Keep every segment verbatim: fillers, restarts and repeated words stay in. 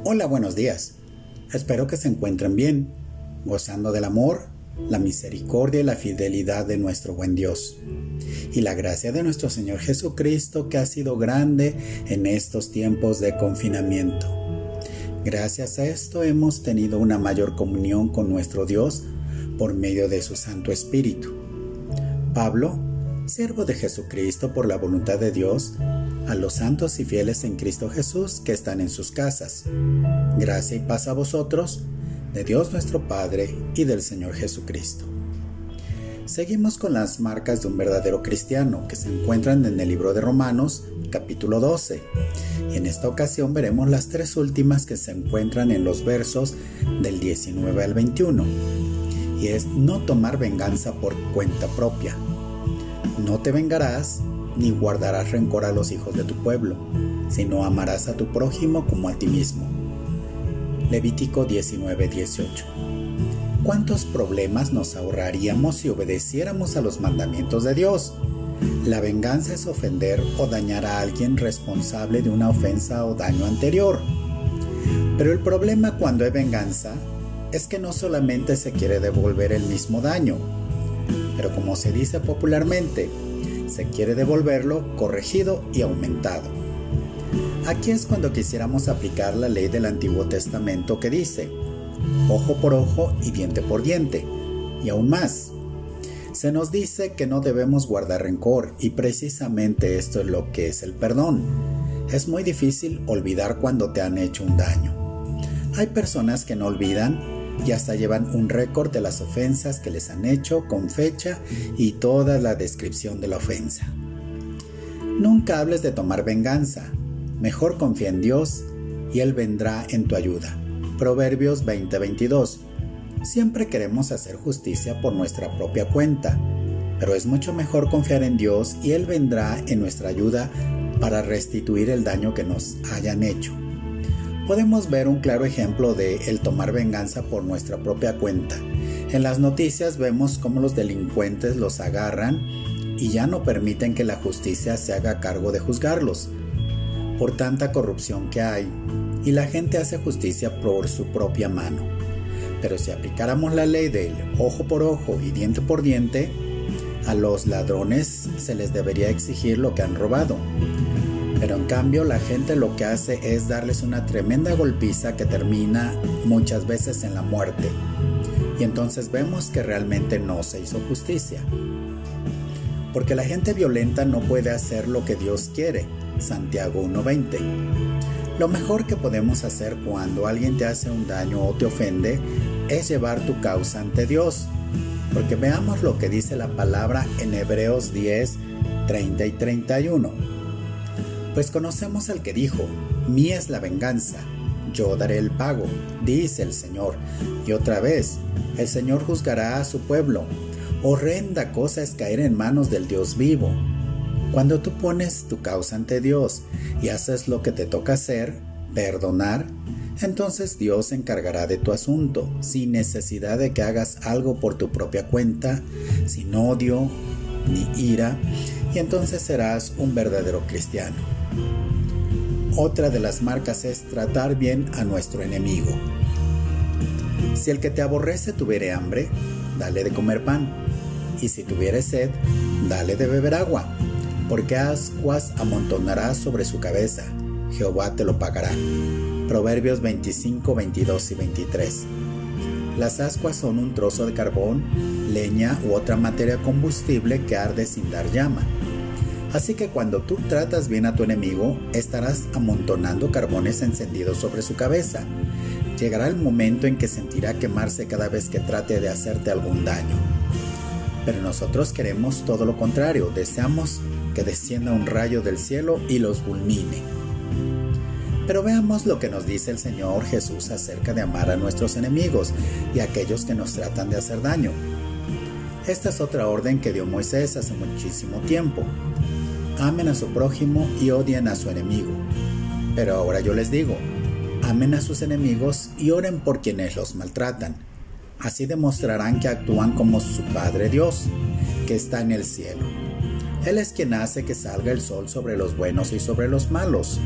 Hola, buenos días. Espero que se encuentren bien, gozando del amor, la misericordia y la fidelidad de nuestro buen Dios, y la gracia de nuestro Señor Jesucristo, que ha sido grande en estos tiempos de confinamiento. Gracias a esto hemos tenido una mayor comunión con nuestro Dios por medio de su Santo Espíritu. Pablo, siervo de Jesucristo por la voluntad de Dios, a los santos y fieles en Cristo Jesús que están en sus casas. Gracia y paz a vosotros, de Dios nuestro Padre y del Señor Jesucristo. Seguimos con las marcas de un verdadero cristiano que se encuentran en el libro de Romanos, capítulo doce. Y en esta ocasión veremos las tres últimas que se encuentran en los versos del diecinueve al veintiuno. Y es no tomar venganza por cuenta propia. No te vengarás ni guardarás rencor a los hijos de tu pueblo, sino amarás a tu prójimo como a ti mismo. Levítico diecinueve dieciocho. ¿Cuántos problemas nos ahorraríamos si obedeciéramos a los mandamientos de Dios? La venganza es ofender o dañar a alguien responsable de una ofensa o daño anterior. Pero el problema cuando hay venganza es que no solamente se quiere devolver el mismo daño, pero como se dice popularmente, se quiere devolverlo corregido y aumentado. Aquí es cuando quisiéramos aplicar la ley del Antiguo Testamento que dice, ojo por ojo y diente por diente, y aún más. Se nos dice que no debemos guardar rencor, y precisamente esto es lo que es el perdón. Es muy difícil olvidar cuando te han hecho un daño. Hay personas que no olvidan y hasta llevan un récord de las ofensas que les han hecho con fecha y toda la descripción de la ofensa. Nunca hables de tomar venganza, mejor confía en Dios y Él vendrá en tu ayuda. Proverbios veinte veintidós. Siempre queremos hacer justicia por nuestra propia cuenta, pero es mucho mejor confiar en Dios y Él vendrá en nuestra ayuda para restituir el daño que nos hayan hecho. Podemos ver un claro ejemplo de el tomar venganza por nuestra propia cuenta. En las noticias vemos cómo los delincuentes los agarran y ya no permiten que la justicia se haga cargo de juzgarlos, por tanta corrupción que hay, y la gente hace justicia por su propia mano. Pero si aplicáramos la ley del ojo por ojo y diente por diente, a los ladrones se les debería exigir lo que han robado. Pero en cambio la gente lo que hace es darles una tremenda golpiza que termina muchas veces en la muerte. Y entonces vemos que realmente no se hizo justicia. Porque la gente violenta no puede hacer lo que Dios quiere. Santiago uno veinte. Lo mejor que podemos hacer cuando alguien te hace un daño o te ofende es llevar tu causa ante Dios. Porque veamos lo que dice la palabra en Hebreos diez, treinta y treinta y uno. Pues conocemos al que dijo, mía es la venganza, yo daré el pago, dice el Señor. Y otra vez, el Señor juzgará a su pueblo. Horrenda cosa es caer en manos del Dios vivo. Cuando tú pones tu causa ante Dios y haces lo que te toca hacer, perdonar, entonces Dios se encargará de tu asunto, sin necesidad de que hagas algo por tu propia cuenta, sin odio ni ira, y entonces serás un verdadero cristiano. Otra de las marcas es tratar bien a nuestro enemigo. Si el que te aborrece tuviere hambre, dale de comer pan, y si tuviere sed, dale de beber agua, porque ascuas amontonarás sobre su cabeza, Jehová te lo pagará. Proverbios veinticinco, veintidós y veintitrés. Las ascuas son un trozo de carbón, leña u otra materia combustible que arde sin dar llama. Así que cuando tú tratas bien a tu enemigo, estarás amontonando carbones encendidos sobre su cabeza. Llegará el momento en que sentirá quemarse cada vez que trate de hacerte algún daño. Pero nosotros queremos todo lo contrario, deseamos que descienda un rayo del cielo y los fulmine. Pero veamos lo que nos dice el Señor Jesús acerca de amar a nuestros enemigos y a aquellos que nos tratan de hacer daño. Esta es otra orden que dio Moisés hace muchísimo tiempo. Amen a su prójimo y odien a su enemigo. Pero ahora yo les digo, amen a sus enemigos y oren por quienes los maltratan. Así demostrarán que actúan como su Padre Dios, que está en el cielo. Él es quien hace que salga el sol sobre los buenos y sobre los malos,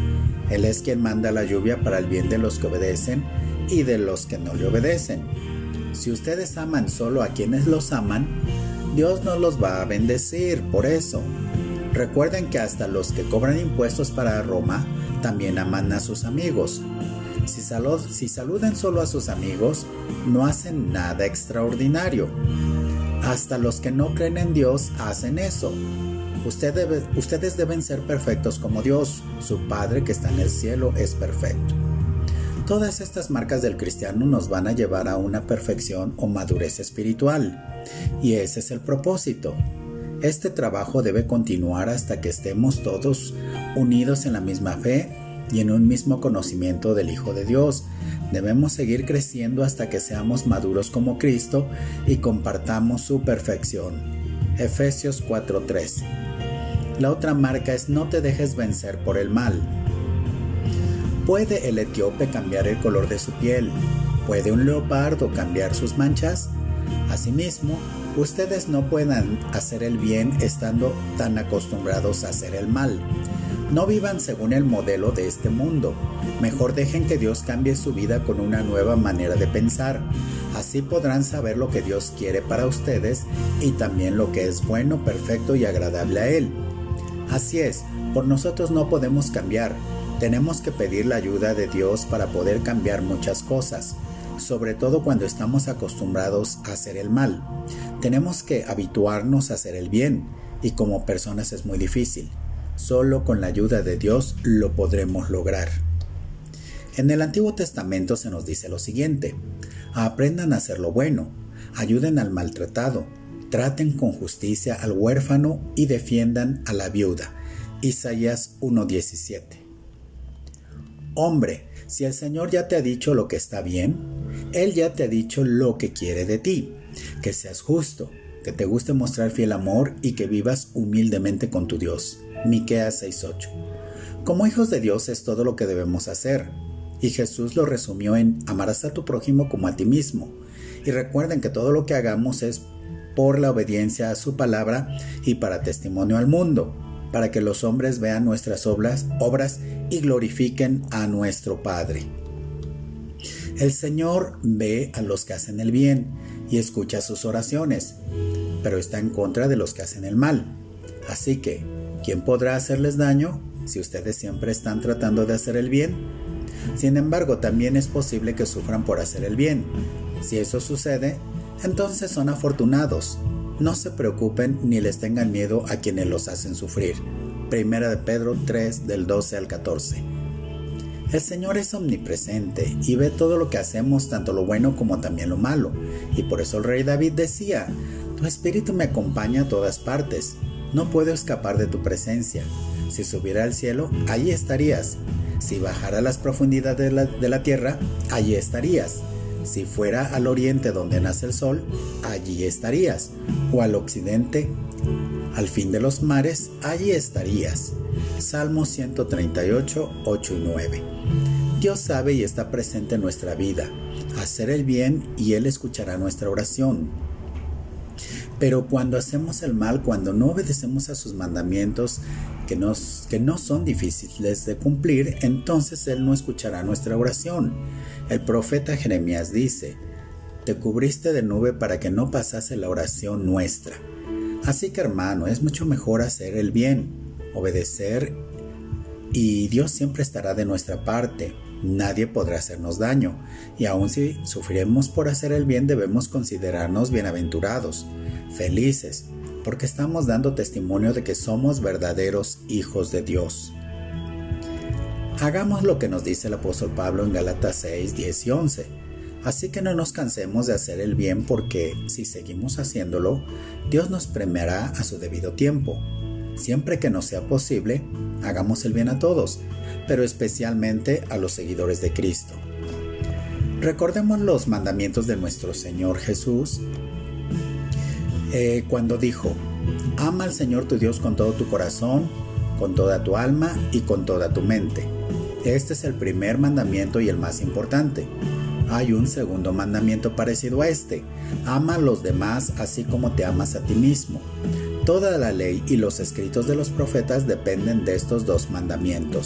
Él es quien manda la lluvia para el bien de los que obedecen y de los que no le obedecen. Si ustedes aman solo a quienes los aman, Dios no los va a bendecir por eso. Recuerden que hasta los que cobran impuestos para Roma también aman a sus amigos. Si, salud, si saludan solo a sus amigos, no hacen nada extraordinario. Hasta los que no creen en Dios hacen eso. Usted debe, ustedes deben ser perfectos como Dios. Su Padre que está en el cielo es perfecto. Todas estas marcas del cristiano nos van a llevar a una perfección o madurez espiritual. Y ese es el propósito. Este trabajo debe continuar hasta que estemos todos unidos en la misma fe y en un mismo conocimiento del Hijo de Dios. Debemos seguir creciendo hasta que seamos maduros como Cristo y compartamos su perfección. Efesios cuatro trece. La otra marca es: no te dejes vencer por el mal. ¿Puede el etíope cambiar el color de su piel? ¿Puede un leopardo cambiar sus manchas? Asimismo, ustedes no pueden hacer el bien estando tan acostumbrados a hacer el mal. No vivan según el modelo de este mundo. Mejor dejen que Dios cambie su vida con una nueva manera de pensar. Así podrán saber lo que Dios quiere para ustedes y también lo que es bueno, perfecto y agradable a Él. Así es, por nosotros no podemos cambiar. Tenemos que pedir la ayuda de Dios para poder cambiar muchas cosas, sobre todo cuando estamos acostumbrados a hacer el mal. Tenemos que habituarnos a hacer el bien, y como personas es muy difícil. Solo con la ayuda de Dios lo podremos lograr. En el Antiguo Testamento se nos dice lo siguiente: aprendan a hacer lo bueno, ayuden al maltratado, traten con justicia al huérfano y defiendan a la viuda. Isaías uno diecisiete. Hombre, si el Señor ya te ha dicho lo que está bien, Él ya te ha dicho lo que quiere de ti: que seas justo, que te guste mostrar fiel amor y que vivas humildemente con tu Dios. Miqueas seis ocho. Como hijos de Dios es todo lo que debemos hacer, y Jesús lo resumió en: amarás a tu prójimo como a ti mismo. Y recuerden que todo lo que hagamos es por la obediencia a su palabra y para testimonio al mundo, para que los hombres vean nuestras obras, obras y glorifiquen a nuestro Padre. El Señor ve a los que hacen el bien y escucha sus oraciones, pero está en contra de los que hacen el mal. Así que, ¿quién podrá hacerles daño si ustedes siempre están tratando de hacer el bien? Sin embargo, también es posible que sufran por hacer el bien. Si eso sucede, entonces son afortunados. No se preocupen ni les tengan miedo a quienes los hacen sufrir. Primera de Pedro tres, del doce al catorce. El Señor es omnipresente y ve todo lo que hacemos, tanto lo bueno como también lo malo. Y por eso el rey David decía: tu espíritu me acompaña a todas partes. No puedo escapar de tu presencia. Si subiera al cielo, allí estarías. Si bajara a las profundidades de la, de la tierra, allí estarías. Si fuera al oriente donde nace el sol, allí estarías. O al occidente, al fin de los mares, allí estarías. Salmo ciento treinta y ocho, ocho y nueve. Dios sabe y está presente en nuestra vida. Hacer el bien y Él escuchará nuestra oración. Pero cuando hacemos el mal, cuando no obedecemos a sus mandamientos, que, nos, que no son difíciles de cumplir, entonces Él no escuchará nuestra oración. El profeta Jeremías dice: te cubriste de nube para que no pasase la oración nuestra. Así que, hermano, es mucho mejor hacer el bien, obedecer, y Dios siempre estará de nuestra parte. Nadie podrá hacernos daño, y aun si sufriremos por hacer el bien, debemos considerarnos bienaventurados, felices, porque estamos dando testimonio de que somos verdaderos hijos de Dios. Hagamos lo que nos dice el apóstol Pablo en Gálatas seis, diez y once. Así que no nos cansemos de hacer el bien, porque si seguimos haciéndolo, Dios nos premiará a su debido tiempo. Siempre que nos sea posible, hagamos el bien a todos, pero especialmente a los seguidores de Cristo. Recordemos los mandamientos de nuestro Señor Jesús, eh, cuando dijo: ama al Señor tu Dios con todo tu corazón, con toda tu alma y con toda tu mente. Este es el primer mandamiento y el más importante. Hay un segundo mandamiento parecido a este: ama a los demás así como te amas a ti mismo. Toda la ley y los escritos de los profetas dependen de estos dos mandamientos.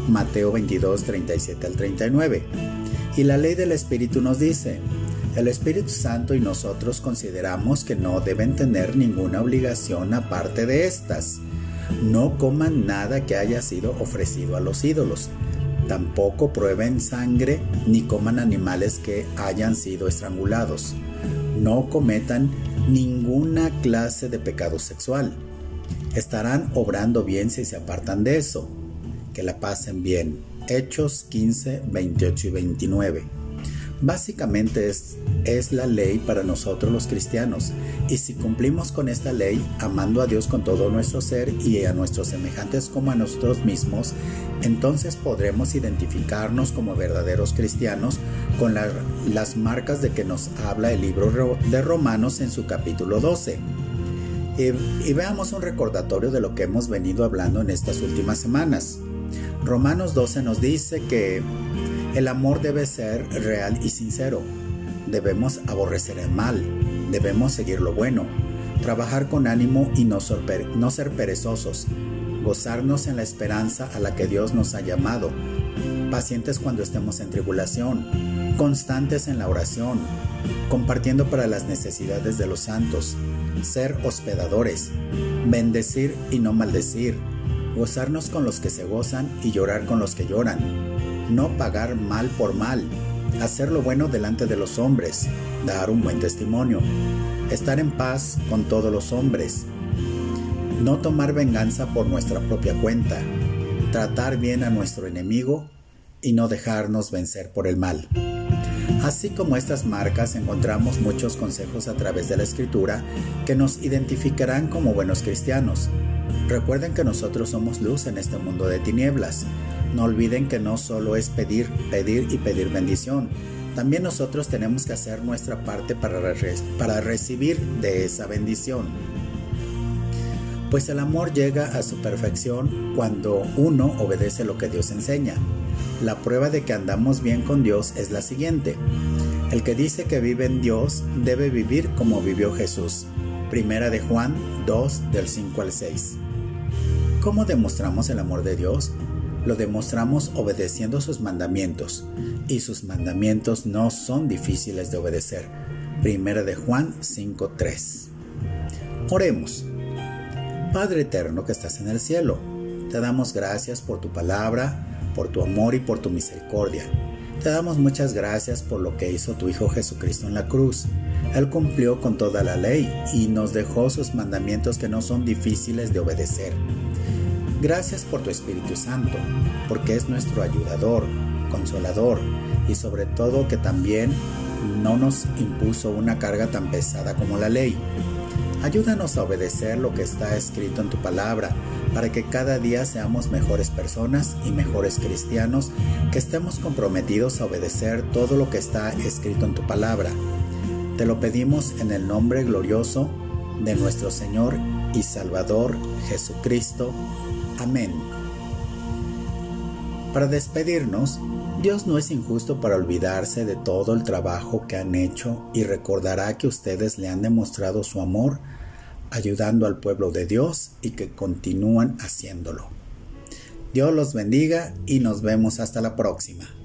Mateo veintidós, treinta y siete al treinta y nueve. Y la ley del Espíritu nos dice: el Espíritu Santo y nosotros consideramos que no deben tener ninguna obligación aparte de estas. No coman nada que haya sido ofrecido a los ídolos. Tampoco prueben sangre ni coman animales que hayan sido estrangulados. No cometan ninguna clase de pecado sexual. Estarán obrando bien si se apartan de eso. Que la pasen bien. Hechos quince, veintiocho y veintinueve. Básicamente es, es la ley para nosotros los cristianos, y si cumplimos con esta ley, amando a Dios con todo nuestro ser y a nuestros semejantes como a nosotros mismos, entonces podremos identificarnos como verdaderos cristianos con la, las marcas de que nos habla el libro de Romanos en su capítulo doce. Y, y veamos un recordatorio de lo que hemos venido hablando en estas últimas semanas. Romanos doce nos dice que el amor debe ser real y sincero. Debemos aborrecer el mal, debemos seguir lo bueno, trabajar con ánimo y no ser, no ser perezosos, gozarnos en la esperanza a la que Dios nos ha llamado, pacientes cuando estemos en tribulación, constantes en la oración, compartiendo para las necesidades de los santos, ser hospedadores, bendecir y no maldecir, gozarnos con los que se gozan y llorar con los que lloran, no pagar mal por mal, hacer lo bueno delante de los hombres, dar un buen testimonio, estar en paz con todos los hombres, no tomar venganza por nuestra propia cuenta, tratar bien a nuestro enemigo y no dejarnos vencer por el mal. Así como estas marcas, encontramos muchos consejos a través de la Escritura que nos identificarán como buenos cristianos. Recuerden que nosotros somos luz en este mundo de tinieblas. No olviden que no solo es pedir, pedir y pedir bendición. También nosotros tenemos que hacer nuestra parte para, re- para recibir de esa bendición. Pues el amor llega a su perfección cuando uno obedece lo que Dios enseña. La prueba de que andamos bien con Dios es la siguiente: el que dice que vive en Dios debe vivir como vivió Jesús. Primera de Juan dos, del cinco al seis. ¿Cómo demostramos el amor de Dios? Lo demostramos obedeciendo sus mandamientos, y sus mandamientos no son difíciles de obedecer. Primera de Juan cinco, tres. Oremos. Padre eterno que estás en el cielo, te damos gracias por tu palabra, por tu amor y por tu misericordia. Te damos muchas gracias por lo que hizo tu Hijo Jesucristo en la cruz. Él cumplió con toda la ley y nos dejó sus mandamientos que no son difíciles de obedecer. Gracias por tu Espíritu Santo, porque es nuestro ayudador, consolador y sobre todo que también no nos impuso una carga tan pesada como la ley. Ayúdanos a obedecer lo que está escrito en tu palabra, para que cada día seamos mejores personas y mejores cristianos, que estemos comprometidos a obedecer todo lo que está escrito en tu palabra. Te lo pedimos en el nombre glorioso de nuestro Señor y Salvador Jesucristo. Amén. Para despedirnos, Dios no es injusto para olvidarse de todo el trabajo que han hecho y recordará que ustedes le han demostrado su amor ayudando al pueblo de Dios y que continúan haciéndolo. Dios los bendiga y nos vemos hasta la próxima.